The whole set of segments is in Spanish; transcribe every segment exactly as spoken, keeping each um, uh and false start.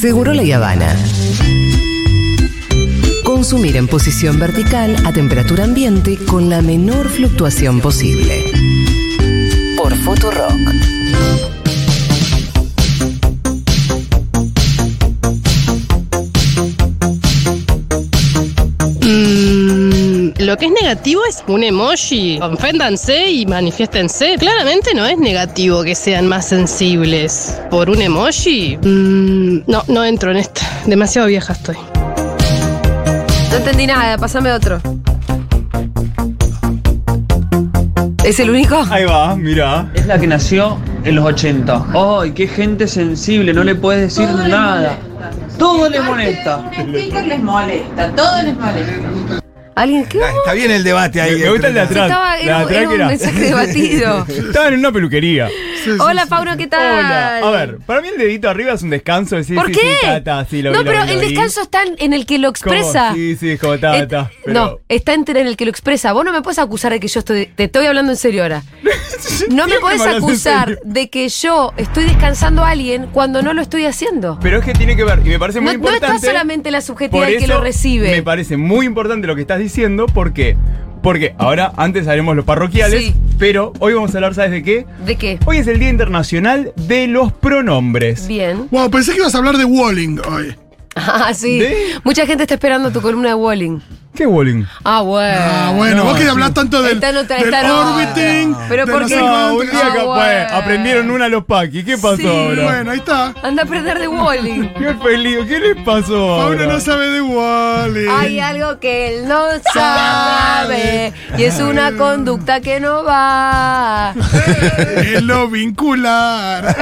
Seguro La Habana. Consumir en posición vertical a temperatura ambiente con la menor fluctuación posible. Por Futurock. Lo que es negativo es un emoji. Oféndanse y manifiéstense. Claramente no es negativo que sean más sensibles. ¿Por un emoji? Mm, no, no entro en esta. Demasiado vieja estoy. No entendí nada, pásame otro. ¿Es el único? Ahí va, mira. Es la que nació en los ochenta. ¡Ay, qué gente sensible! No le puedes decir todo nada. Todo les molesta. Sticker les molesta, todo les molesta. ¿Alguien qué? Está bien el debate ahí. Me gusta el de atrás. Estaba, de era, atrás era un que era. mensaje debatido. Estaban en una peluquería. Sí, sí, Hola, sí. Fauno, ¿qué tal? Hola. A ver, para mí el dedito arriba es un descanso. Decir, ¿Por sí, qué? Sí, ta, ta, sí, lo no, vi, lo pero vi, lo el vi. descanso está en el que lo expresa. ¿Cómo? Sí, sí, es como ta, Eh, ta. Pero... No, está entre en el que lo expresa. Vos no me puedes acusar de que yo estoy... Te estoy hablando en serio ahora. No me Siempre puedes me hablas en acusar serio. de que yo estoy descansando a alguien cuando no lo estoy haciendo. Pero es que tiene que ver, y me parece muy No, no importante. está solamente la subjetividad por del que eso lo recibe. Me parece muy importante lo que estás diciendo, porque Porque ahora, antes haremos los parroquiales, Sí. pero hoy vamos a hablar, ¿sabes de qué? ¿De qué? Hoy es el Día Internacional de los Pronombres. Bien. Wow, pensé que ibas a hablar de Walling hoy. Ah, sí. ¿De? Mucha gente está esperando tu columna de Walling. ¿Qué Walling? Ah, bueno. Ah, bueno, no, vos querías sí. hablar tanto del, Esta no está- del esta no. orbiting. Pero de ¿por no qué? sé No, cuánto, un que- día Ah, que bueno. fue, aprendieron una a los Paqui. ¿Qué pasó Sí. ahora? Bueno, ahí está. Anda a aprender de Walling. Qué feliz. ¿Qué les pasó Paula ahora? no sabe de Walling. Hay algo que él no sabe y es una conducta que no va. Es lo vincular.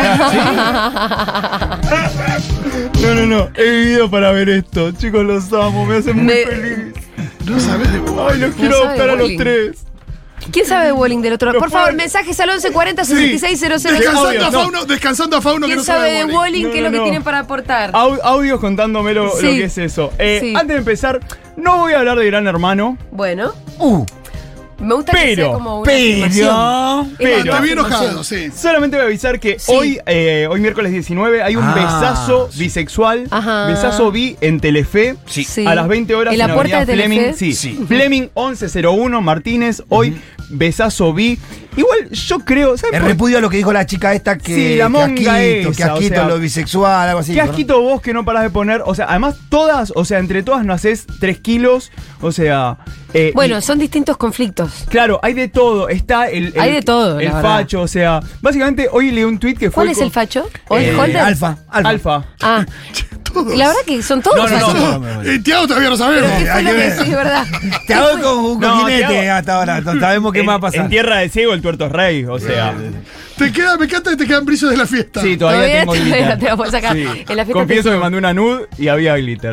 No, no, no. He vivido para ver esto. Chicos, los amo. Me hacen muy Me- feliz. No sabes de Ay, Walling. los quiero sabe adoptar a los Walling. tres. ¿Quién sabe de Walling del otro lado? Lo Por favor, pueden- mensajes al once cuarenta sesenta y seis cero cero. Descansando audio, a no. Fauno, descansando a Fauno que ¿Quién no sabe sabe de Walling. Walling? No, ¿Qué es no, lo que no. tienen para aportar? Au- audios contándome lo, Sí. lo que es eso. Eh, Sí. Antes de empezar, no voy a hablar de Gran Hermano. Bueno, Uh, me gusta que sea pero, como una afirmación. pero, Es pero. Está bien afirmación. enojado, sí. Solamente voy a avisar que Sí. hoy, eh, hoy miércoles diecinueve, hay un Ah, besazo sí. bisexual, Ajá. besazo bi en Telefe, Sí. Sí. a las veinte horas ¿En la puerta Avenida de Telefe? Fleming, sí, Sí. Fleming once cero uno Martínez, hoy besazo bi. Igual yo creo, ¿sabes El por- repudio a lo que dijo la chica esta que, Sí, la que monga asquito, que esa, o asquito sea, lo bisexual, algo así. Qué ¿no? asquito vos que no parás de poner, o sea, además todas, o sea, entre todas no haces tres kilos, o sea... eh, Bueno, y- son distintos conflictos. Claro, hay de todo. Está el, el- Hay de todo, el la verdad. facho, o sea, básicamente hoy leí un tweet que fue. ¿Cuál es con- el facho? ¿O Eh, el Holder? Alfa, alfa. Alfa. Ah, Todos. la verdad que son todos No, no, no, fachos. no, no, no. Y Tiago todavía no sabemos. ¿Pero qué fue hay lo que que ver. sí, es verdad? Te hago con un No, coquinete te hago- hasta ahora. No sabemos qué en, más va a pasar. En tierra de ciego el tuerto es rey, o sea. Te queda, me encanta que te quedan brillos de la fiesta. Sí, todavía, tengo te, glitter. te la puedo sacar. Sí. En la fiesta Confieso te- que mandé una nude y había glitter.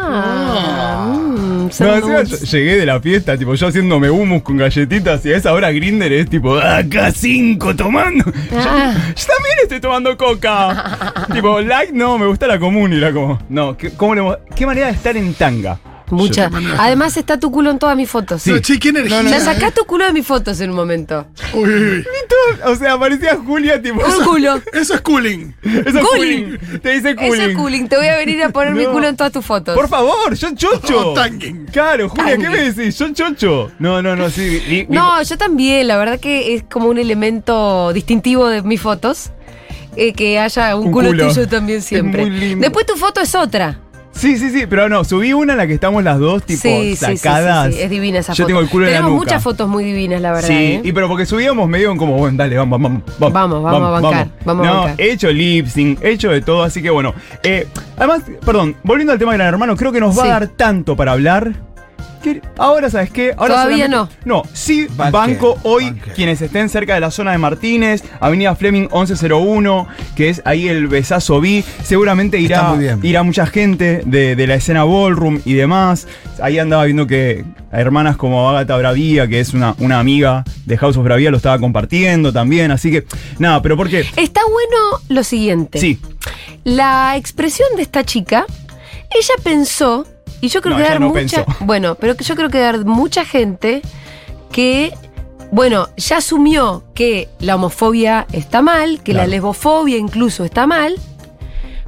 Ah, mm, son No, encima nudes. yo llegué de la fiesta, tipo, yo haciéndome hummus con galletitas y a esa hora Grindr es tipo, acá cinco tomando. Yo, Ah. yo también estoy tomando coca. Tipo, like, no, me gusta la común y era como, no, ¿qué, cómo le mo- ¿qué manera de estar en tanga? Mucha. Yo- Además está tu culo en todas mis fotos. Sí. Che, ¿quién eres? Ya sacá tu culo de mis fotos en un momento. Uy, uy, uy. O sea, parecía Julia, tipo. Un culo. Eso es cooling. Eso es Cooling. cooling. Te dice Eso cooling. es cooling. Te voy a venir a poner mi No. culo en todas tus fotos. Por favor, yo chocho. Oh, tanguing. Claro, Julia, ¿qué Tanguing. me decís? Yo chocho. No, no, no, sí. mi- mi- No, yo también. La verdad que es como un elemento distintivo de mis fotos. eh, que haya un, Un culo, culo. tuyo también siempre. muy lindo. Después tu foto es otra. Sí, sí, sí, pero no, subí una en la que estamos las dos, tipo, sí, sí, sí, sacadas. sí, sí, es divina esa Yo foto. tengo el culo en la Tenemos nuca. muchas fotos muy divinas, la verdad. Sí, ¿eh? y pero porque subíamos medio en como, bueno, dale, vamos, vamos, vamos. Vamos, vamos a bancar, vamos a no, bancar. he hecho lip sync, he hecho de todo, así que bueno. Eh, además, perdón, volviendo al tema de Gran Hermano, creo que nos va Sí. a dar tanto para hablar. que ahora, ¿sabes qué? Ahora Todavía solamente- No, sí, Banque, banco hoy banque. quienes estén cerca de la zona de Martínez, Avenida Fleming once cero uno, que es ahí el besazo B. Seguramente irá, Está muy bien. irá mucha gente de, de la escena ballroom y demás. Ahí andaba viendo que hermanas como Agatha Bravía, que es una, una amiga de House of Bravía, lo estaba compartiendo también. Así que, nada, pero ¿por qué? Está bueno lo siguiente. Sí. La expresión de esta chica, ella pensó, y yo creo No, que ella dar no mucha. pensó. Bueno, pero que yo creo que dar mucha gente que. Bueno, ya asumió que la homofobia está mal, que la Claro. lesbofobia incluso está mal,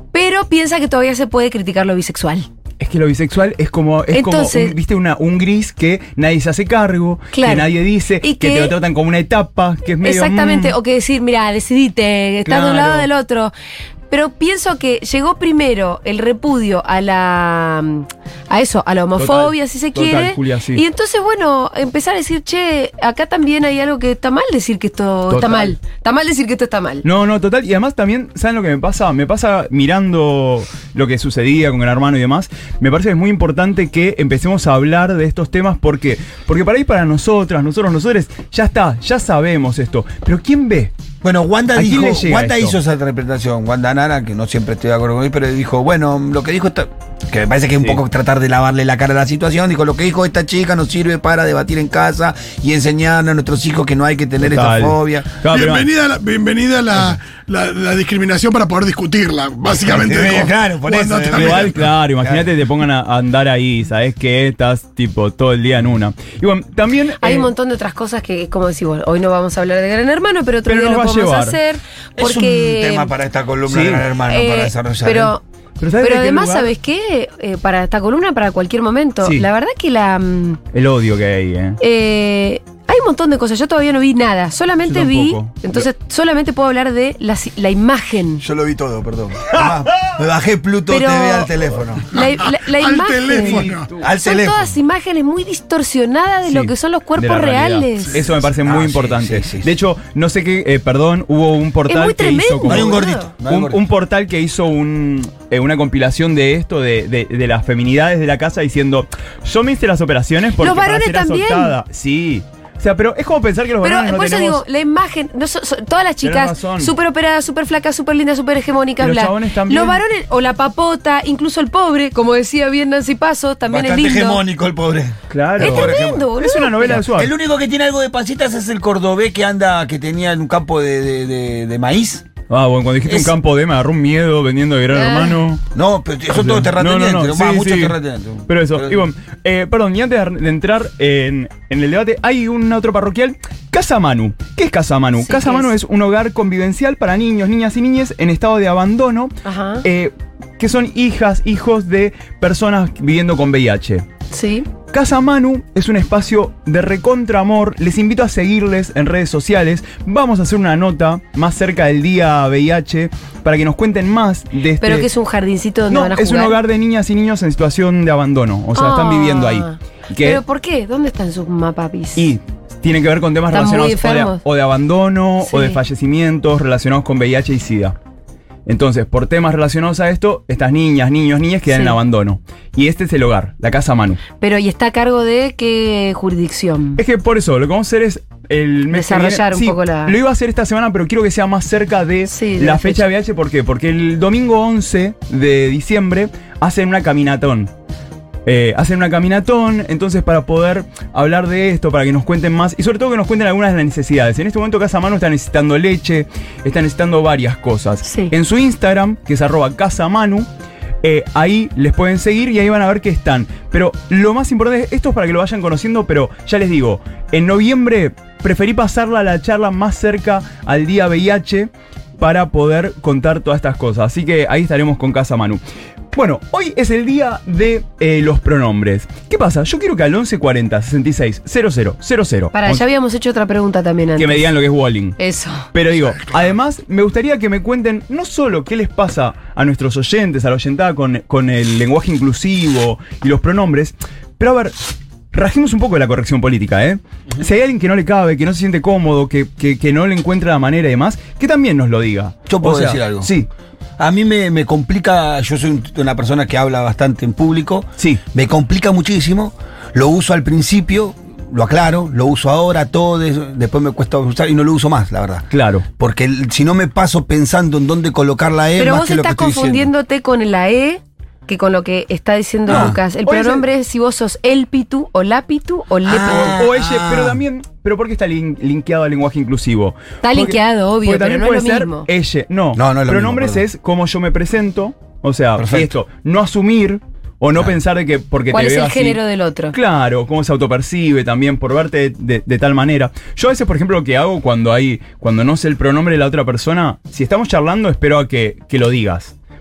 pero piensa que todavía se puede criticar lo bisexual. Es que lo bisexual es como, es Entonces- como un, viste, una, un gris que nadie se hace cargo, Claro. que nadie dice, Y que, que- te lo tratan como una etapa, que es medio. Exactamente, mm, o que decir, mira, decidite, estás de un Claro. lado o del otro. Pero pienso que llegó primero el repudio a la a eso, a la homofobia, Total, si se total, quiere. Julia, sí. Y entonces, bueno, empezar a decir, che, acá también hay algo que está mal decir que esto está Total. mal. Está mal decir que esto está mal. No, no, total. Y además también, ¿saben lo que me pasa? Me pasa mirando lo que sucedía con Gran Hermano y demás. Me parece que es muy importante que empecemos a hablar de estos temas. ¿Por qué? Porque para ahí para nosotras, nosotros, nosotros, ya está, ya sabemos esto. Pero ¿quién ve? Bueno, Wanda ¿A quién dijo, le llega Wanda esto? hizo esa interpretación, Wanda Nara, que no siempre estoy de acuerdo con él, pero dijo, bueno, lo que dijo esta, que me parece que es un Sí. poco tratar de lavarle la cara a la situación, dijo, lo que dijo esta chica nos sirve para debatir en casa y enseñar a nuestros hijos que no hay que tener Total. esta fobia. Claro, pero- Bienvenida, a la, bienvenida a la, la, la discriminación para poder discutirla, básicamente. Sí, como- claro, por cuando eso, también- Igual, claro, imagínate te pongan a, a andar ahí, ¿sabes qué? Estás tipo todo el día en una. Y bueno, también. Hay eh, un montón de otras cosas que, como decimos, hoy no vamos a hablar de Gran Hermano, pero otro Pero día nos lo va a podemos llevar. hacer. Es Porque, un tema para esta columna Sí. de Gran Hermano, eh, para desarrollar. Pero, ¿eh? Pero ¿sabes de pero qué además, lugar? ¿sabes qué? Eh, para esta columna, para cualquier momento. Sí. La verdad que la. mm, El odio que hay, ¿eh? Eh, hay un montón de cosas. Yo todavía no vi nada. Solamente Yo vi. tampoco. Entonces, solamente puedo hablar de la, la imagen. Yo lo vi todo, perdón. Además, me bajé Pluto Pero- T V al teléfono. La, la- la Al imagen. teléfono. Al Son teléfono. todas imágenes muy distorsionadas de Sí, lo que son los de cuerpos la realidad. reales. Eso me parece muy Ah, sí, importante. sí, sí, sí. De hecho, no sé qué, eh, perdón, hubo un portal muy que tremendo. hizo como No hay un boludo. gordito. no hay un un, gordito. un portal que hizo un, eh, una compilación de esto, de, de- de las feminidades de la casa, diciendo, yo me hice las operaciones porque Los varones para ser también. azotada". Sí. O sea, pero es como pensar que los Pero varones no por eso tenemos... digo, la imagen, no so- so- todas las Tenés chicas razón. súper operadas, súper flacas, súper lindas, súper hegemónicas, Y los bla. chabones también. Los varones, o la papota, incluso el pobre, como decía bien Nancy Pasos, también Bastante es lindo. hegemónico el pobre. Claro. Es Por tremendo, ejemplo. boludo. Es una novela de Suárez. El único que tiene algo de pancitas es el cordobés que anda, que tenía en un campo de, de- de- de maíz. Ah, bueno, cuando dijiste Es- un campo de me agarró un miedo vendiendo de Gran Ah. Hermano. No, pero son todos terratenientes, No, no, no. va, Sí, muchos sí. terratenientes. Pero eso, Pero- y bueno, eh, perdón, y antes de entrar en, en el debate, hay un otro parroquial, Casa Manu. ¿Qué es Casa Manu? Sí, Casa ¿qué Manu es? es un hogar convivencial para niños, niñas y niñas en estado de abandono, Ajá. eh, que son hijas, hijos de personas viviendo con V I H. Sí. Casa Manu es un espacio de recontra amor. Les invito a seguirles en redes sociales. Vamos a hacer una nota más cerca del día V I H para que nos cuenten más de este. Pero que es un jardincito donde No, van a jugar. es un hogar de niñas y niños en situación de abandono. O sea, están Ah. viviendo ahí. Que- ¿Pero por qué? ¿Dónde están sus mapapis? y tienen que ver con temas Están muy relacionados o de, enfermos. o de abandono Sí. o de fallecimientos relacionados con V I H y SIDA. Entonces, por temas relacionados a esto, estas niñas, niños, niñas quedan Sí. en abandono. Y este es el hogar, la Casa Manu. Pero, ¿y está a cargo de qué jurisdicción? Es que por eso, lo que vamos a hacer es el mes que Desarrollar viene- un poco la- Lo iba a hacer esta semana, pero quiero que sea más cerca de, Sí, de la, la fecha de V I H. ¿Por qué? Porque el domingo once de diciembre hacen una caminatón. Eh, hacen una caminatón, entonces para poder hablar de esto, para que nos cuenten más y sobre todo que nos cuenten algunas de las necesidades. En este momento Casa Manu está necesitando leche, está necesitando varias cosas. Sí. En su Instagram, que es arroba casamanu, eh, ahí les pueden seguir y ahí van a ver que están. Pero lo más importante, esto es para que lo vayan conociendo, pero ya les digo, en noviembre preferí pasarla a la charla más cerca al día V I H para poder contar todas estas cosas. Así que ahí estaremos con Casa Manu. Bueno, hoy es el día de eh, los pronombres. ¿Qué pasa? Yo quiero que al once cuarenta sesenta y seis cero cero cero cero Para, ya habíamos hecho otra pregunta también antes. que me digan lo que es Walling. Eso. Pero digo, además me gustaría que me cuenten no solo qué les pasa a nuestros oyentes, a la oyentada con, con el lenguaje inclusivo y los pronombres, pero a ver, rajemos un poco de la corrección política, ¿eh? Si hay alguien que no le cabe, que no se siente cómodo, que, que, que no le encuentra la manera y demás, que también nos lo diga. Yo puedo O sea, decir algo. Sí, A mí me, me complica, yo soy un- una persona que habla bastante en público. sí. Me complica muchísimo. Lo uso al principio, lo aclaro, lo uso ahora, todo, de- después me cuesta usar y no lo uso más, la verdad. Claro. Porque el- si no me paso pensando en dónde colocar la E, Pero más vos que lo que estás estoy diciendo. confundiéndote con la E que con lo que está diciendo Ah. Lucas. El Hoy es pronombre es si vos sos el pitu o la pitu o le pitu. Ah. O, o ella, pero Ah. también, pero ¿por qué está lin- linkeado al lenguaje inclusivo? Está Porque- linkeado, obvio, porque pero también no es puede lo ser mismo. ella. No, No, no es lo pronombres mismo, perdón. es cómo yo me presento, o sea, Perfecto. esto, no asumir o no pensar de que porque ¿Cuál te es veo el así- género del otro? Claro, cómo se autopercibe también por verte de, de- de tal manera. Yo a veces, por ejemplo, lo que hago cuando hay, cuando no sé el pronombre de la otra persona, si estamos charlando, espero a que, que lo digas.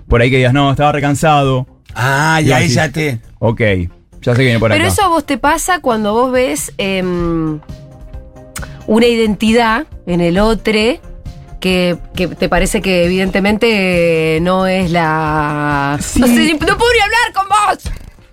por ahí que digas, no, estaba recansado. Ah, ya ahí ya te. Ok, ya sé que viene por Pero acá. eso a vos te pasa cuando vos ves em, una identidad en el otro que, que te parece que evidentemente no es la... Sí. No sé, ni- no podría hablar con vos.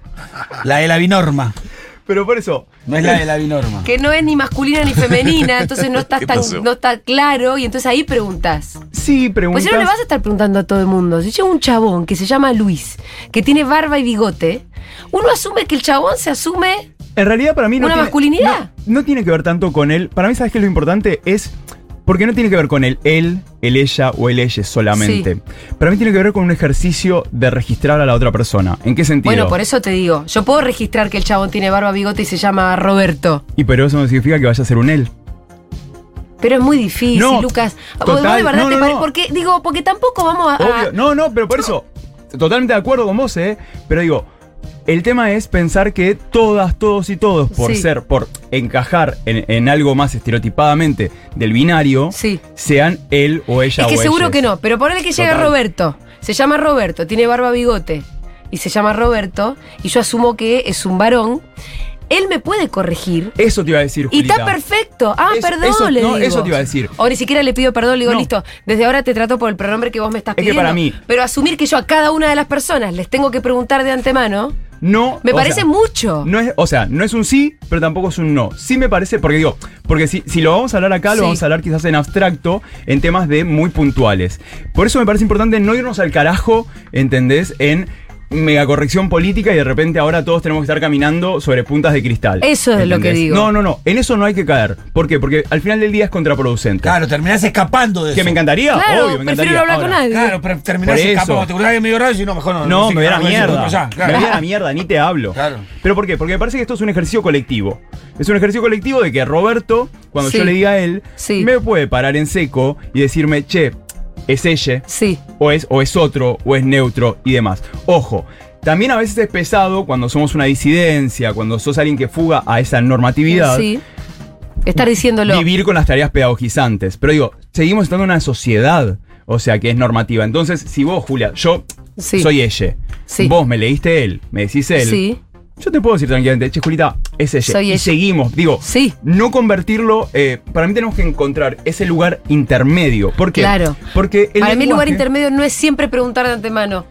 La de la binorma. Pero por eso, No es la de la binorma. Que no es ni masculina ni femenina, entonces no está tan, no está claro y entonces ahí preguntas. sí, preguntas. Pues si no le vas a estar preguntando a todo el mundo. Si llega un chabón que se llama Luis, que tiene barba y bigote, uno asume que el chabón se asume... En realidad para mí no ¿Una tiene, masculinidad? No, no tiene que ver tanto con él. Para mí, ¿sabes qué es lo importante? Es... Porque no tiene que ver con el él, el ella o el ella solamente. Para mí tiene que ver con un ejercicio de registrar a la otra persona. ¿En qué sentido? Bueno, por eso te digo, yo puedo registrar que el chabón tiene barba, bigote y se llama Roberto. Y pero eso no significa que vaya a ser un él. Pero es muy difícil, No, Lucas. total, Vos de verdad no, te no, pare- no. Porque, digo, porque tampoco vamos a. Obvio. No, no, pero por eso. Totalmente de acuerdo con vos, ¿eh? Pero digo, el tema es pensar que todas, todos y todos, por Sí. ser, por encajar en, en algo más estereotipadamente del binario, Sí. sean él o ella Es que o seguro ellas. que no, pero ponele que llega Total. Roberto. Se llama Roberto, tiene barba, bigote y se llama Roberto, y yo asumo que es un varón. Él me puede corregir. Eso te iba a decir, Y Julita. está perfecto. Ah, Eso- perdón, eso- le no, digo. eso te iba a decir. O ni siquiera le pido perdón, le digo, No. listo, desde ahora te trato por el pronombre que vos me estás Es que pidiendo. para mí- Pero asumir que yo a cada una de las personas les tengo que preguntar de antemano, No, me o parece sea, mucho. No es, o sea, no es un sí, pero tampoco es un no. Sí me parece, porque digo, porque si, si lo vamos a hablar acá, Sí. lo vamos a hablar quizás en abstracto, en temas de muy puntuales. Por eso me parece importante no irnos al carajo, ¿entendés? En mega corrección política y de repente ahora todos tenemos que estar caminando sobre puntas de cristal. Eso es lo que ¿entendés? digo. No, no, no. En eso no hay que caer. ¿Por qué? Porque al final del día es contraproducente. Claro, terminás escapando de eso. Que me encantaría, Claro, obvio, me prefiero encantaría. no hablar con Ahora, nadie. Claro, pero terminás Por eso. escapando. Te cruzás que medio raro y no, mejor no. No, sé me qué voy a la carajo decir, mierda. allá, claro. Me voy a la mierda, ni te hablo. Claro. ¿Pero por qué? Porque me parece que esto es un ejercicio colectivo. Es un ejercicio colectivo de que Roberto, cuando Sí. yo le diga a él, Sí. me puede parar en seco y decirme, che, es ella, Sí. o es, o es otro, o es neutro y demás. Ojo. También a veces es pesado cuando somos una disidencia, cuando sos alguien que fuga a esa normatividad, Sí. Estar diciéndolo. vivir con las tareas pedagogizantes. Pero digo, seguimos estando en una sociedad, o sea, que es normativa. Entonces, si vos, Julia, yo Sí. soy ella, Sí. vos me leíste él, me decís él, Sí. yo te puedo decir tranquilamente, che, Julita, es ella. Soy y ella. seguimos, digo, Sí. no convertirlo, eh, para mí tenemos que encontrar ese lugar intermedio. ¿Por qué? Claro. Porque el Para mí el lugar lenguaje- intermedio no es siempre preguntar de antemano.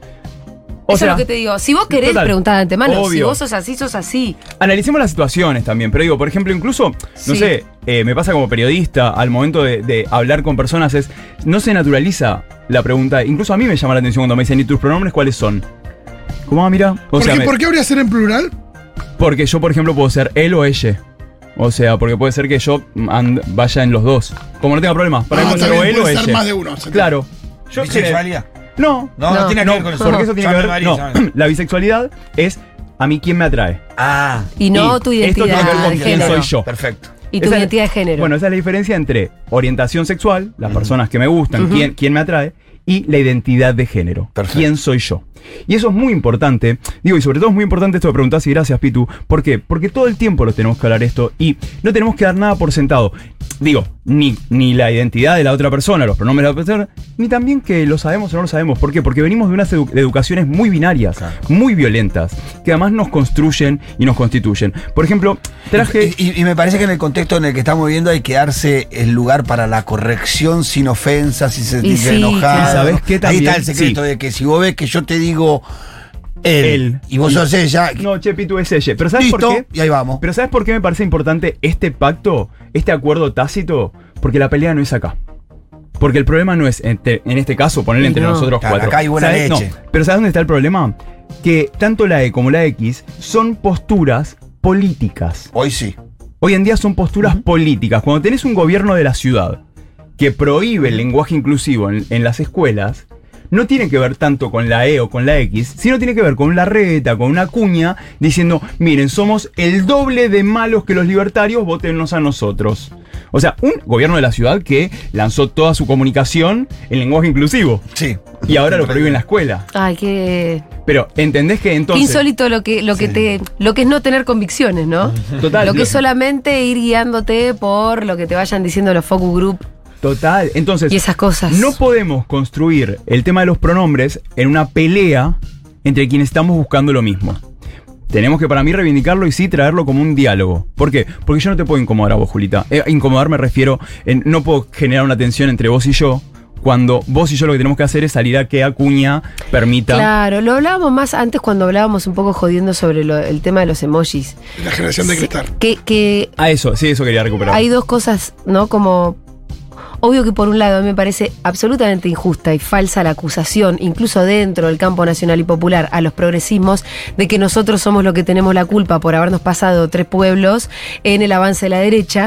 O Eso sea, es lo que te digo. Si vos querés total, preguntar de antemano, si obvio. vos sos así, sos así. Analicemos las situaciones también, pero digo, por ejemplo, incluso, no Sí. sé, eh, me pasa como periodista, al momento de, de hablar con personas, es no se naturaliza la pregunta. Incluso a mí me llama la atención cuando me dicen, ¿y tus pronombres cuáles son? ¿Cómo, ah, mira? O ¿Por, sea, qué, me- ¿Por qué habría que ser en plural? porque yo, por ejemplo, puedo ser él o ella. O sea, porque puede ser que yo and- vaya en los dos. Como no tenga problemas, para Ah, mí puede está ser o bien, él o puede ser ella. más de uno, se Claro. Yo ¿Bisexualidad? No, No, no, No. tiene que no, ver con eso. porque eso tiene que Llame ver. María, No, llame. la bisexualidad es a mí quién me atrae. Ah, Y no Y tu esto identidad tiene que ver con de quién género. soy yo. perfecto. Y tu Esa es- identidad de género. Bueno, esa es la diferencia entre orientación sexual, las personas que me gustan, Ujú. quién, quién me atrae, y la identidad de género. Perfecto. ¿Quién soy yo? Y eso es muy importante. Digo, y sobre todo es muy importante esto que preguntás y gracias, Pitu. ¿Por qué? Porque todo el tiempo lo tenemos que hablar esto y no tenemos que dar nada por sentado. Digo, ni, ni la identidad de la otra persona, los pronombres de la otra persona, ni también que lo sabemos o no lo sabemos. ¿Por qué? Porque venimos de unas edu- de educaciones muy binarias, Claro. muy violentas, que además nos construyen y nos constituyen. Por ejemplo, traje... Y, y- y me parece que en el contexto en el que estamos viviendo hay que darse el lugar para la corrección sin ofensas, sin sentirse sí, enojado. claro. ¿Y sabés qué Ahí también? está el secreto Sí. de que si vos ves que yo te digo él, Él. y vos sos ella, No, che, Pitu es ella. Pero ¿sabes listo, por qué? y ahí vamos. Pero ¿sabes por qué me parece importante este pacto, este acuerdo tácito? Porque la pelea no es acá. Porque el problema no es, entre- en este caso, ponerle entre No. nosotros Claro, cuatro. acá hay buena ¿Sabes? leche. No, pero ¿sabes dónde está el problema? Que tanto la E como la X son posturas políticas. Hoy sí. Hoy en día son posturas políticas. Cuando tenés un gobierno de la ciudad que prohíbe el lenguaje inclusivo en, en las escuelas, no tiene que ver tanto con la E o con la X, sino tiene que ver con la reta, con una cuña, diciendo, miren, somos el doble de malos que los libertarios, votennos a nosotros. O sea, un gobierno de la ciudad que lanzó toda su comunicación en lenguaje inclusivo. Sí. Y ahora lo prohíbe en la escuela. Ay, qué, Pero, ¿entendés que qué entonces... insólito lo que, lo que te, lo que es no tener convicciones, ¿no? Total, Lo que lo- es solamente ir guiándote por lo que te vayan diciendo los focus group Total. Entonces, Y esas cosas. no podemos construir el tema de los pronombres en una pelea entre quienes estamos buscando lo mismo. Tenemos que, para mí, reivindicarlo y sí traerlo como un diálogo. ¿Por qué? Porque yo no te puedo incomodar a vos, Julita. Eh, incomodar me refiero, en, no puedo generar una tensión entre vos y yo, cuando vos y yo lo que tenemos que hacer es salir a que Acuña permita... Claro, lo hablábamos más antes cuando hablábamos un poco jodiendo sobre lo- el tema de los emojis. La generación de Sí, cristal. que, que Ah, eso, sí, eso quería recuperar. hay dos cosas, ¿no? Como, obvio que por un lado a mí me parece absolutamente injusta y falsa la acusación, incluso dentro del campo nacional y popular, a los progresismos, de que nosotros somos los que tenemos la culpa por habernos pasado tres pueblos en el avance de la derecha.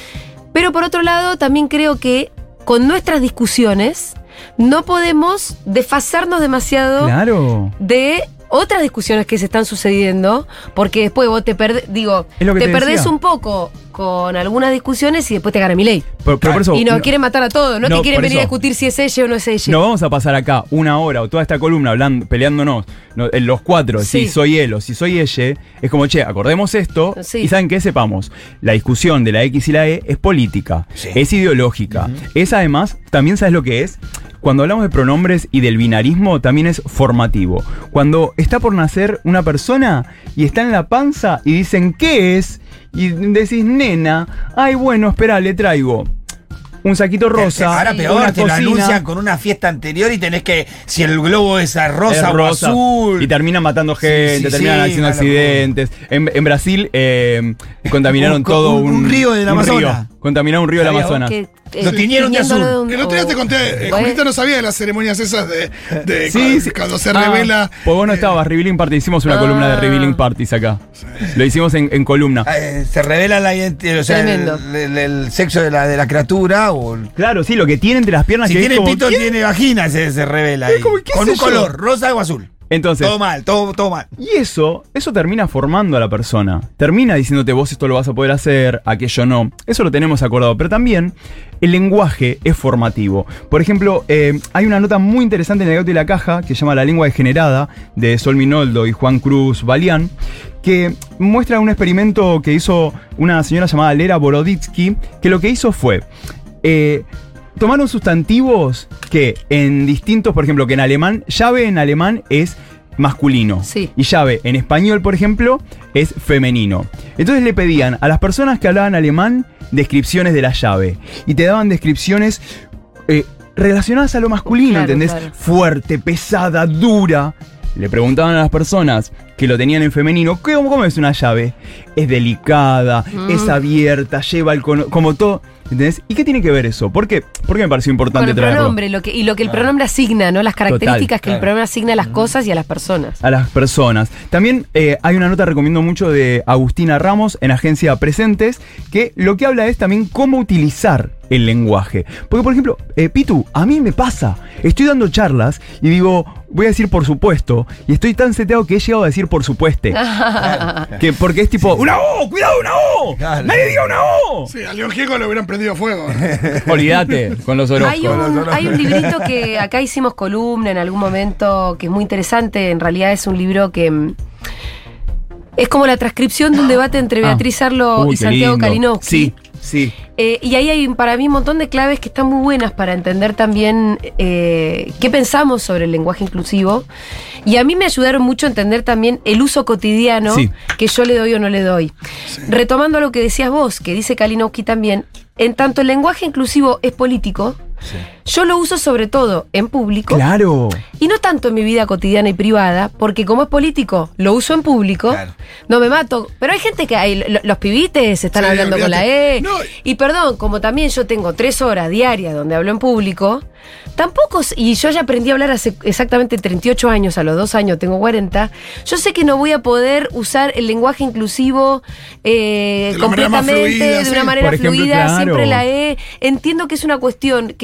Pero por otro lado, también creo que con nuestras discusiones no podemos desfasarnos demasiado Claro. de otras discusiones que se están sucediendo, porque después vos te perdés, digo, Es lo que te, te perdés decía. un poco con algunas discusiones y después te gana mi ley. Pero, pero por eso, Y nos no- quieren matar a todos, no, no, que quieren por venir a eso. discutir si es ella o no es ella. no vamos a pasar acá una hora o toda esta columna hablando, peleándonos no, en los cuatro, Sí. si soy él o si soy ella. Es como, che, acordemos esto Sí. y saben que sepamos, la discusión de la X y la E es política, Sí. es ideológica. Es además, también sabes lo que es. Cuando hablamos de pronombres y del binarismo, también es formativo. Cuando está por nacer una persona y está en la panza y dicen, ¿qué es? Y decís, nena, ay, bueno, espera, le traigo un saquito rosa, Ahora peor, una te lo cocina, anuncian con una fiesta anterior y tenés que, si el globo es a rosa, es rosa, o azul. y terminan matando gente, Sí, sí, terminan sí, haciendo una locura. accidentes. En, en Brasil eh, contaminaron Un- todo un- un, un río del un Amazonas. río. Contaminaron un río del ¿Sabía vos? Amazonas. Que, eh, Lo tiñeron de tiñéndolo azul. un- El otro día te o- conté, eh, bueno. Julita no sabía de las ceremonias esas de, de Sí, cuando, sí. cuando se Ah, revela. Pues vos no eh, estabas, Revealing Party. Hicimos una Ah. columna de Revealing Parties acá. Lo hicimos en, en columna. Ah, eh, se revela la identidad, o sea, el, Tremendo. el- el sexo de la, de la criatura o el- Claro, sí, lo que tiene entre las piernas si que tiene es como, pito ¿qué? tiene vagina se, se revela ahí. como, ¿qué con sé un yo? color, rosa o azul. Entonces, Todo mal, todo, todo mal. y eso, eso termina formando a la persona. Termina diciéndote vos esto lo vas a poder hacer, aquello no. Eso lo tenemos acordado. Pero también el lenguaje es formativo. Por ejemplo, eh, hay una nota muy interesante en el gato y la caja que se llama La lengua degenerada, de Sol Minoldo y Juan Cruz Balián, que muestra un experimento que hizo una señora llamada Lera Boroditsky, que lo que hizo fue... eh, tomaron sustantivos que en distintos, por ejemplo, que en alemán, llave en alemán es masculino. Sí. Y llave en español, por ejemplo, es femenino. Entonces le pedían a las personas que hablaban alemán descripciones de la llave. Y te daban descripciones eh, relacionadas a lo masculino, Claro, ¿entendés? claro. Fuerte, pesada, dura. Le preguntaban a las personas que lo tenían en femenino, ¿cómo, cómo es una llave? Es delicada, Mm. es abierta, lleva el cono- como todo. ¿Entendés? ¿Y qué tiene que ver eso? ¿Por qué? ¿Por qué me pareció Con importante el traerlo? pronombre lo que, y lo que el pronombre asigna, ¿no? Las características que el claro. pronombre asigna a las cosas y a las personas. A las personas. También eh, hay una nota, recomiendo mucho, de Agustina Ramos en Agencia Presentes, que lo que habla es también cómo utilizar el lenguaje. Porque, por ejemplo, eh, Pitu, a mí me pasa. Estoy dando charlas y digo, voy a decir por supuesto, y estoy tan seteado que he llegado a decir por supueste. que porque es tipo, ¡una O! ¡Cuidado, una O! Claro. ¡Nadie diga una O! Sí, a León Gieco le hubieran prendido fuego. Olvídate con los Hay horóscopos. un, hay un librito que acá hicimos columna en algún momento que es muy interesante. En realidad es un libro que mm, es como la transcripción de un debate entre Ah. Beatriz Arlo Uy, y qué Santiago lindo. Kalinowski. Sí, sí. Eh, y ahí hay para mí un montón de claves que están muy buenas para entender también eh, qué pensamos sobre el lenguaje inclusivo. Y a mí me ayudaron mucho a entender también el uso cotidiano Sí. que yo le doy o no le doy. Retomando lo que decías vos, que dice Kalinowski también, en tanto el lenguaje inclusivo es político, yo lo uso sobre todo en público. Claro. Y no tanto en mi vida cotidiana y privada, porque como es político, lo uso en público, Claro. no me mato. Pero hay gente que hay, lo- los pibites están Sí, hablando con la olvídate. E. No. Y perdón, como también yo tengo tres horas diarias donde hablo en público, tampoco, s- y yo ya aprendí a hablar hace exactamente treinta y ocho años, a los dos años tengo cuarenta, yo sé que no voy a poder usar el lenguaje inclusivo eh, De la manera más completamente, fluida, de sí. una manera Por ejemplo, fluida, claro. siempre la E. Entiendo que es una cuestión que van a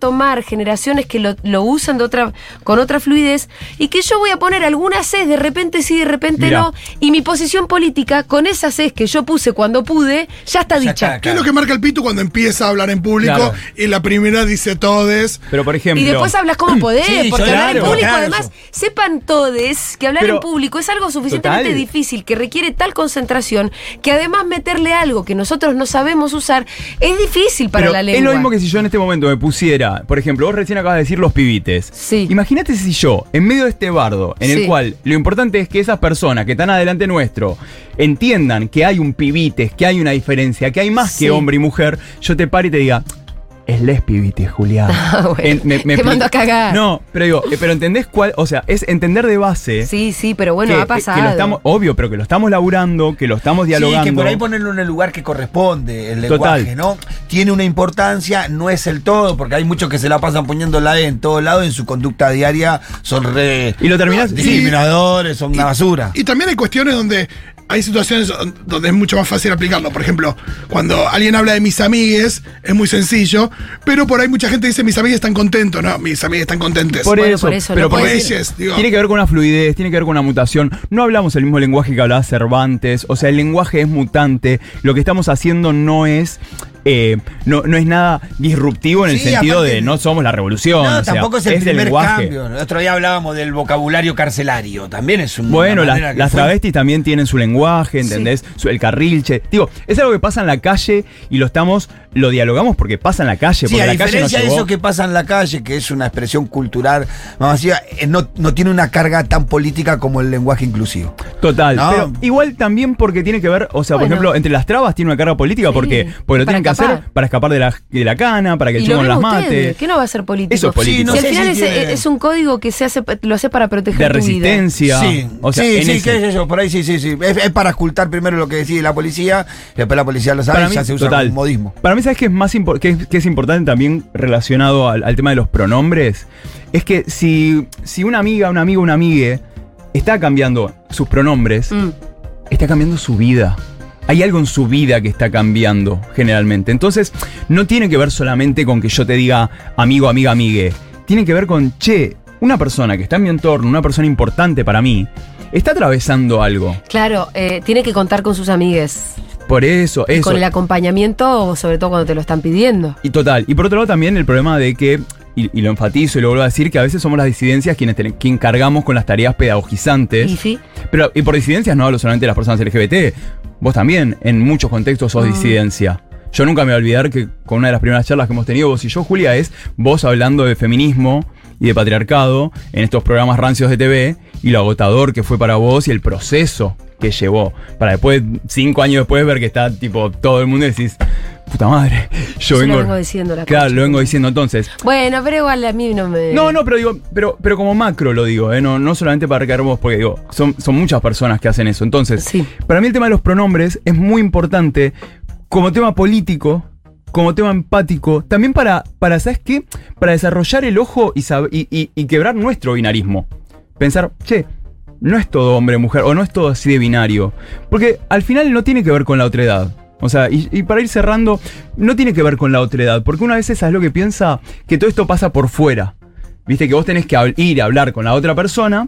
tomar generaciones que lo, lo usan de otra, con otra fluidez, y que yo voy a poner algunas Cs, de repente sí, de repente Mirá. no, y mi posición política, con esas Cs que yo puse cuando pude, ya está Ya dicha. está, ¿Qué es lo que marca el Pitu cuando empieza a hablar en público Claro. y la primera dice todes? Pero por ejemplo. Y después hablas como podés, Sí, porque claro, hablar en público, claro, además, eso. sepan todos que hablar Pero- en público es algo suficientemente Total. difícil, que requiere tal concentración, que además meterle algo que nosotros no sabemos usar es difícil para Pero la lengua. es lo mismo que si yo en este momento me pusiera, por ejemplo, vos recién acabas de decir los pibites. Sí. Imagínate si yo, en medio de este bardo, en Sí. el cual lo importante es que esas personas que están adelante nuestro entiendan que hay un pibites, que hay una diferencia, que hay más Sí. que hombre y mujer, yo te pare y te diga. Es les pibites, Julián. Ah, bueno. En- me- me Te expli- mando a cagar. No, pero digo, eh, pero ¿entendés cuál? O sea, es entender de base. Sí, sí, pero bueno, que, ha pasado. que lo estamos, obvio, pero que lo estamos laburando, que lo estamos dialogando. Sí, que por ahí ponerlo en el lugar que corresponde, el lenguaje, Total. ¿no? Tiene una importancia, no es el todo, porque hay muchos que se la pasan poniendo la E en todos lados, en su conducta diaria son re Y lo terminás. discriminadores, son una basura. Y también hay cuestiones donde hay situaciones donde es mucho más fácil aplicarlo. Por ejemplo, cuando alguien habla de mis amigues, es muy sencillo, pero por ahí mucha gente dice mis amigues están contentos. No, mis amigues están contentes. Por Bueno, eso, por eso, pero no por puede eso- ser. Reyes, digo. Tiene que ver con una fluidez, tiene que ver con una mutación. No hablamos el mismo lenguaje que hablaba Cervantes. O sea, el lenguaje es mutante. Lo que estamos haciendo no es. eh, no, no es nada disruptivo en el Sí, sentido aparte- de no somos la revolución. No, o sea, tampoco es el primer lenguaje. cambio. El otro día hablábamos del vocabulario carcelario, también es un. Bueno, una las, manera que las fue- travestis también tienen su lenguaje, ¿entendés? Su- el carrilche. Digo, es algo que pasa en la calle y lo estamos, lo dialogamos porque pasa en la calle, Sí, porque a la calle nos diferencia de llevó. eso que pasa en la calle, que es una expresión cultural más masiva, eh, no, no tiene una carga tan política como el lenguaje inclusivo. Total, No. pero igual también porque tiene que ver, o sea, por Bueno. ejemplo, entre las trabas tiene una carga política, Sí, porque porque lo para tienen que hacer escapar. para escapar de la, de la cana, para que el Y chico lo no las ven mate. ustedes, ¿qué no va a ser político? Eso es político. Sí, no si sé al final si es, tiene- es un código que se hace, lo hace para proteger De tu vida. resistencia. Sí, O sea, sí, en sí, ese- qué sé yo, por ahí sí, sí, sí. Es, es para ocultar primero lo que decide la policía, después la policía lo sabe Para y mí, ya se usa total. como modismo. Para mí, ¿sabes qué es más impor- qué es, qué es importante también relacionado al, al tema de los pronombres? Es que si, si una amiga, un amigo, una amigue está cambiando sus pronombres, Mm. está cambiando su vida. Hay algo en su vida que está cambiando, generalmente. Entonces, no tiene que ver solamente con que yo te diga amigo, amiga, amigue. Tiene que ver con, che, una persona que está en mi entorno, una persona importante para mí, está atravesando algo. Claro, eh, tiene que contar con sus amigues. Por eso, Y eso. con el acompañamiento, sobre todo cuando te lo están pidiendo. Y total. Y por otro lado también el problema de que, y, y lo enfatizo y lo vuelvo a decir, que a veces somos las disidencias quienes ten- quien cargamos con las tareas pedagogizantes. Y sí. Pero, y por disidencias no hablo solamente de las personas L G B T. Vos también, en muchos contextos, sos Mm. disidencia. Yo nunca me voy a olvidar que con una de las primeras charlas que hemos tenido vos y yo, Julia, es vos hablando de feminismo y de patriarcado en estos programas rancios de T V y lo agotador que fue para vos y el proceso que llevó. Para después, cinco años después, ver que está tipo todo el mundo y decís, puta madre, yo Yo vengo. lo vengo diciendo la Claro, concha. lo vengo diciendo entonces. Bueno, pero igual a mí no me. No, no, pero digo, pero, pero como macro lo digo, ¿eh? no, no solamente para recaer vos, porque digo, son, son muchas personas que hacen eso. Entonces, Sí. para mí el tema de los pronombres es muy importante como tema político, como tema empático, también para, para ¿sabes qué? Para desarrollar el ojo y, sab- y, y- y quebrar nuestro binarismo. Pensar, che, no es todo hombre, mujer, o no es todo así de binario. Porque al final no tiene que ver con la otredad. O sea, y, y para ir cerrando, no tiene que ver con la otredad, porque una vez es lo que piensa que todo esto pasa por fuera. Viste que vos tenés que hab- ir a hablar con la otra persona,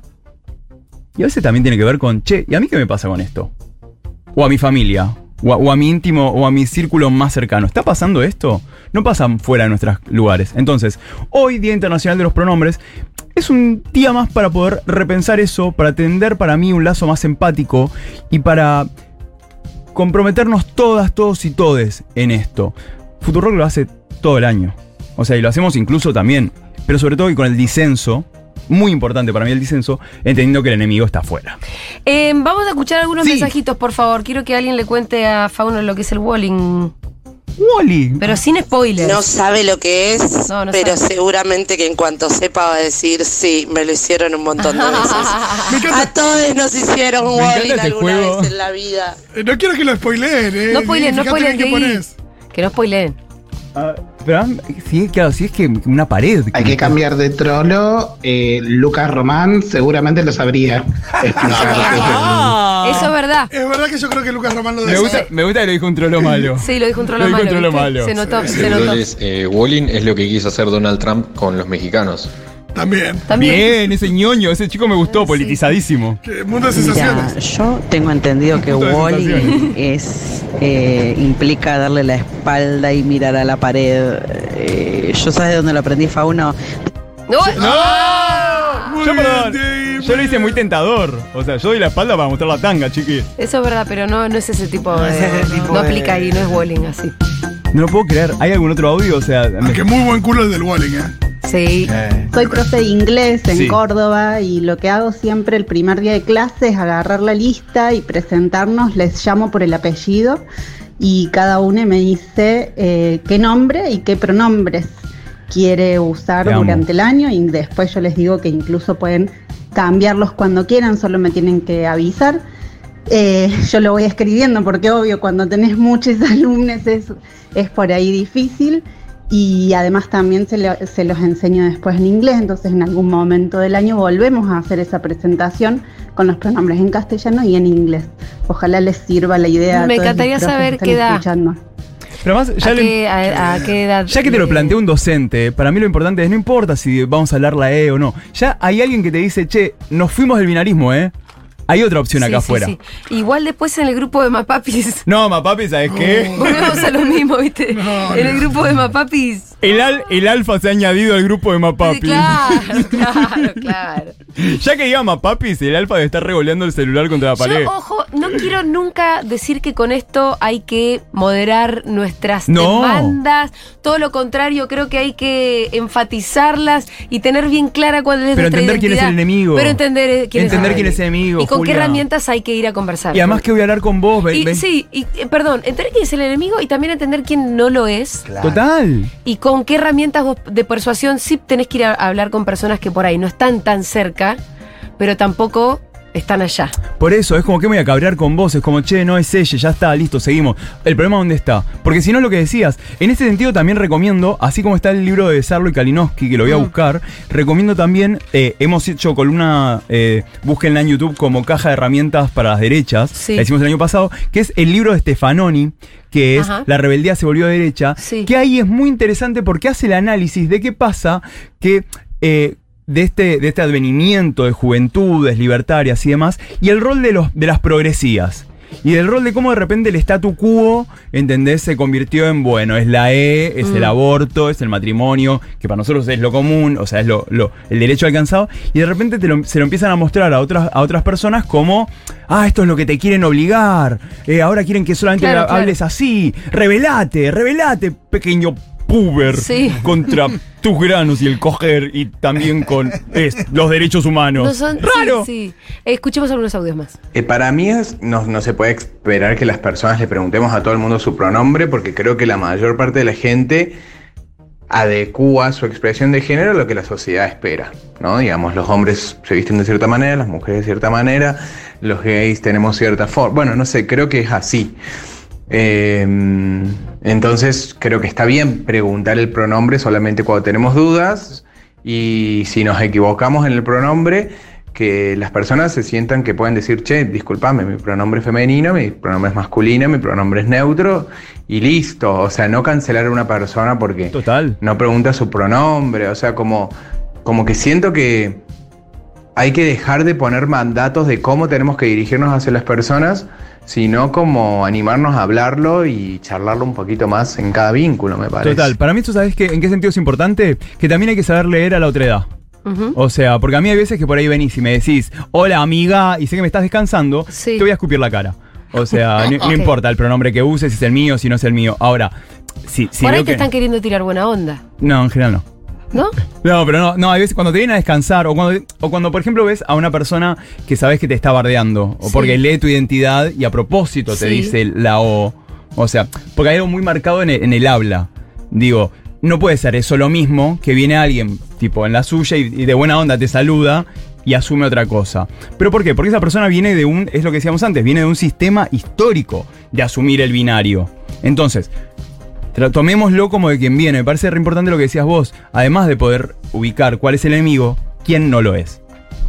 y a veces también tiene que ver con, che, ¿y a mí qué me pasa con esto? O a mi familia, o a, o a mi íntimo, o a mi círculo más cercano. ¿Está pasando esto? No pasan fuera de nuestros lugares. Entonces, hoy, Día Internacional de los Pronombres, es un día más para poder repensar eso, para tender para mí un lazo más empático y para comprometernos todas, todos y todes en esto. Futurock lo hace todo el año. O sea, y lo hacemos incluso también, pero sobre todo y con el disenso, muy importante para mí el disenso, entendiendo que el enemigo está afuera. Eh, vamos a escuchar algunos Sí. mensajitos, por favor. Quiero que alguien le cuente a Fauno lo que es el walling. Wally. Pero sin spoilers. No sabe lo que es, No, no pero sabe. seguramente que en cuanto sepa va a decir, sí, me lo hicieron un montón de veces. Me encanta. A todos nos hicieron Me encanta walling este alguna juego. vez en la vida. Eh, No quiero que lo spoileen, ¿eh? No spoileen, no Fíjate spoileen, bien qué que, pones. que no spoileen. Ah, pero ah, sí, claro, sí es que una pared. Hay que cambiar de trono. eh, Lucas Román seguramente lo sabría explicar. Ah, Eso es verdad. Es verdad que yo creo que Lucas Román lo Me dice. gusta, me gusta que lo dijo un trolo malo. Sí, lo dijo un trolo Lo dijo malo. un trolo ¿viste? malo. Se notó, Sí, se sí. notó. Entonces, eh, Walling es lo que quiso hacer Donald Trump con los mexicanos. También. También. Bien, ese ñoño, ese chico me gustó, Sí. politizadísimo. Que mundo de Mira, sensaciones. yo tengo entendido que Punto de Wall-E sensaciones. es eh, implica darle la espalda y mirar a la pared. Eh, yo sabes de dónde lo aprendí, Fauno. No, ¡No! Muy Yo, bien, perdón, Dave, yo lo hice muy tentador. O sea, yo doy la espalda para mostrar la tanga, chiqui. eso es verdad, pero no, no es ese tipo No de. es ese tipo no de- aplica ahí, no es Walling así. No lo puedo creer. ¿Hay algún otro audio? O sea, me- Aunque muy buen culo el del Walling, ¿eh? Sí. Eh, Soy profe de inglés en Sí. Córdoba y lo que hago siempre el primer día de clase es agarrar la lista y presentarnos, les llamo por el apellido y cada uno me dice eh, qué nombre y qué pronombres quiere usar Te amo. durante el año y después yo les digo que incluso pueden cambiarlos cuando quieran, solo me tienen que avisar. Eh, yo lo voy escribiendo porque obvio cuando tenés muchos alumnos es, es por ahí difícil y además también se, lo- se los enseño después en inglés, entonces en algún momento del año volvemos a hacer esa presentación con los pronombres en castellano y en inglés. Ojalá les sirva la idea. a Me todos los encantaría profes que saber están qué edad. escuchando. pero además, ya, ¿A, le- qué, a, a qué edad? ya que te lo le- plantea un docente, para mí lo importante es, no importa si vamos a hablar la E o no. Ya hay alguien que te dice, che, nos fuimos del binarismo, ¿eh? Hay otra opción Sí, acá sí, afuera. sí. Igual después en el grupo de Mapapis. No, mapapi, ¿sabes qué? Volvemos a lo mismo, ¿viste? No, en no. el grupo de Mapapis. El, al- el alfa se ha añadido al grupo de Mapapi. Claro, claro, claro. Ya que diga Mapapis, el alfa debe estar revoleando el celular contra la pared. Yo, ojo, no quiero nunca decir que con esto hay que moderar nuestras No. demandas. Todo lo contrario, creo que hay que enfatizarlas y tener bien clara cuál es Pero nuestra entender quién es identidad. el enemigo. Pero entender eh, quién Entender es quién es el enemigo, Y con Julia. qué herramientas hay que ir a conversar. Y además que voy a hablar con vos, ven, Y, ven. sí, y, eh, perdón, entender quién es el enemigo y también entender quién no lo es. claro. Total. Y con qué herramientas vos de persuasión sí tenés que ir a, a hablar con personas que por ahí no están tan cerca, pero tampoco están allá. Por eso, es como que me voy a cabrear con vos, es como, che, no es ella, ya está, listo, seguimos. El problema dónde está. Porque si no, lo que decías, en este sentido también recomiendo, así como está el libro de Sarlo y Kalinowski, que lo voy a Mm. buscar, recomiendo también, eh, hemos hecho columna, eh, búsquenla en YouTube como caja de herramientas para las derechas, Sí. la hicimos el año pasado, que es el libro de Stefanoni, que es Ajá. La rebeldía se volvió derecha, Sí. que ahí es muy interesante porque hace el análisis de qué pasa que... eh, de este, de este advenimiento de juventudes libertarias y demás, y el rol de, los, de las progresías. Y del rol de cómo de repente el statu quo, ¿entendés? Se convirtió en, bueno, es la E, es Mm. el aborto, es el matrimonio, que para nosotros es lo común, o sea, es lo, lo- el derecho alcanzado, y de repente te lo- se lo empiezan a mostrar a otras, a otras personas como, ah, esto es lo que te quieren obligar, eh, ahora quieren que solamente Claro, ha- claro. hables así, revelate, revelate, pequeño puber, Sí. contra tus granos y el coger, y también con es, los derechos humanos. No son, ¡Raro! Sí, sí. Eh, escuchemos algunos audios más. Eh, para mí es- no, no se puede esperar que las personas le preguntemos a todo el mundo su pronombre porque creo que la mayor parte de la gente adecúa su expresión de género a lo que la sociedad espera, ¿no? Digamos, los hombres se visten de cierta manera, las mujeres de cierta manera, los gays tenemos cierta forma. Bueno, no sé, creo que es así. Eh, entonces creo que está bien preguntar el pronombre solamente cuando tenemos dudas y si nos equivocamos en el pronombre, que las personas se sientan que pueden decir, che, discúlpame, mi pronombre es femenino, mi pronombre es masculino, mi pronombre es neutro y listo. O sea, no cancelar a una persona porque Total. no pregunta su pronombre. O sea, como, como que siento que hay que dejar de poner mandatos de cómo tenemos que dirigirnos hacia las personas, sino como animarnos a hablarlo y charlarlo un poquito más en cada vínculo, me parece. Total, para mí esto, ¿sabes qué? ¿En qué sentido es importante? Que también hay que saber leer a la otredad. Ujú. O sea, porque a mí hay veces que por ahí venís y me decís, hola amiga, y sé que me estás descansando, Sí. te voy a escupir la cara. O sea, no, no Ok. importa el pronombre que uses, si es el mío, si no es el mío. Ahora, si, si por ahí veo te que... están queriendo tirar buena onda, No, en general no. ¿no? No, pero no, no, hay veces cuando te vienen a descansar, o cuando, o cuando, por ejemplo, ves a una persona que sabes que te está bardeando, o Sí. porque lee tu identidad y a propósito te Sí. dice la O. O sea, porque hay algo muy marcado en el, en el habla. Digo, no puede ser eso lo mismo que viene alguien, tipo, en la suya y, y de buena onda te saluda y asume otra cosa. ¿Pero por qué? Porque esa persona viene de un, es lo que decíamos antes, viene de un sistema histórico de asumir el binario. Entonces, tra- tomémoslo como de quien viene. Me parece re importante lo que decías vos. Además de poder ubicar cuál es el enemigo, quién no lo es.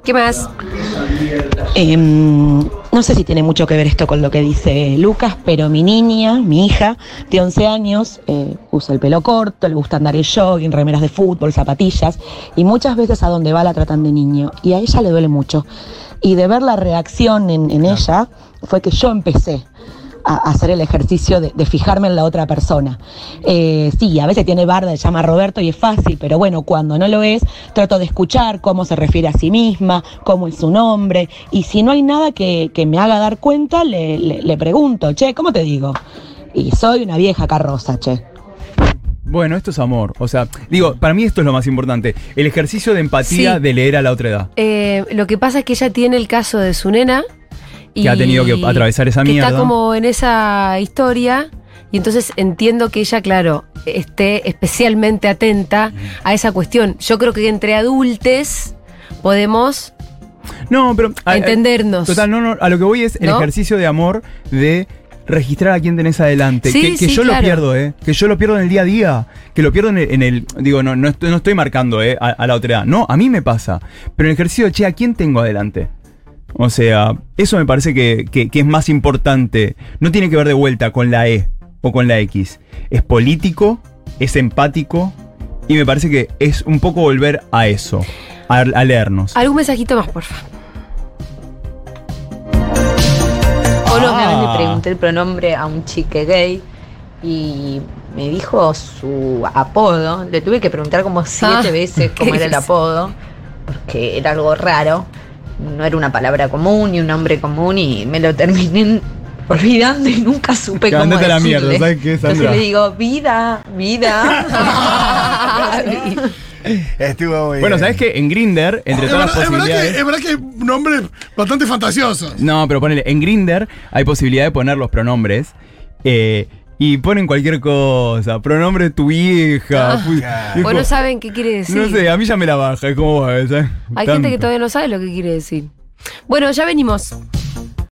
¿Qué más? Eh, no sé si tiene mucho que ver esto con lo que dice Lucas, pero mi niña, mi hija, de once años, eh, usa el pelo corto, le gusta andar en jogging, remeras de fútbol, zapatillas, y muchas veces a donde va la tratan de niño, y a ella le duele mucho. Y de ver la reacción en, en ella, fue que yo empecé a hacer el ejercicio de, de fijarme en la otra persona. Eh, sí, a veces tiene barba, se llama Roberto y es fácil, pero bueno, cuando no lo es, trato de escuchar cómo se refiere a sí misma, cómo es su nombre, y si no hay nada que, que me haga dar cuenta, le, le, le pregunto, che, ¿cómo te digo? Y soy una vieja carroza, che. Bueno, esto es amor. O sea, digo, para mí esto es lo más importante. El ejercicio de empatía Sí. de leer a la otra edad. Eh, lo que pasa es que ella tiene el caso de su nena. Que ha tenido que atravesar esa que mierda. Está como en esa historia. Y entonces entiendo que ella, claro, esté especialmente atenta a esa cuestión. Yo creo que entre adultos podemos No, pero... a- a- entendernos. Total, no, no. A lo que voy es el ¿No? ejercicio de amor de registrar a quién tenés adelante. Sí, que que sí, yo claro. lo pierdo, ¿eh? Que yo lo pierdo en el día a día. Que lo pierdo en el... en el- digo, no, no, estoy, no estoy marcando, ¿eh? A, a la otra edad. No, a mí me pasa. Pero el ejercicio de, che, ¿a quién tengo adelante? O sea, eso me parece que, que, que es más importante. No tiene que ver de vuelta con la E o con la X. Es político, es empático y me parece que es un poco volver a eso, a, a leernos. ¿Algún mensajito más, por favor? O no, una vez Ah. le pregunté el pronombre a un chique gay y me dijo su apodo. Le tuve que preguntar como siete Ah, veces cómo ¿qué era el dices? apodo, porque era algo raro. No era una palabra común ni un nombre común y me lo terminé olvidando y nunca supe Que cómo andate a la decirle. mierda, ¿sabes qué, Sandra? Entonces le digo, vida, vida. Estuvo muy Bueno, bien. ¿sabes qué? En Grindr, entre Es todas verdad, las es verdad que, posibilidades... es verdad que hay nombres bastante fantasiosos. No, pero ponele, en Grindr hay posibilidad de poner los pronombres eh, y ponen cualquier cosa. Pronombre de tu hija. Ah. pu- Claro. y Vos no co- saben qué quiere decir. No sé, a mí ya me la baja, es como... ¿sabes? Hay Tanto. gente que todavía no sabe lo que quiere decir. Bueno, ya venimos.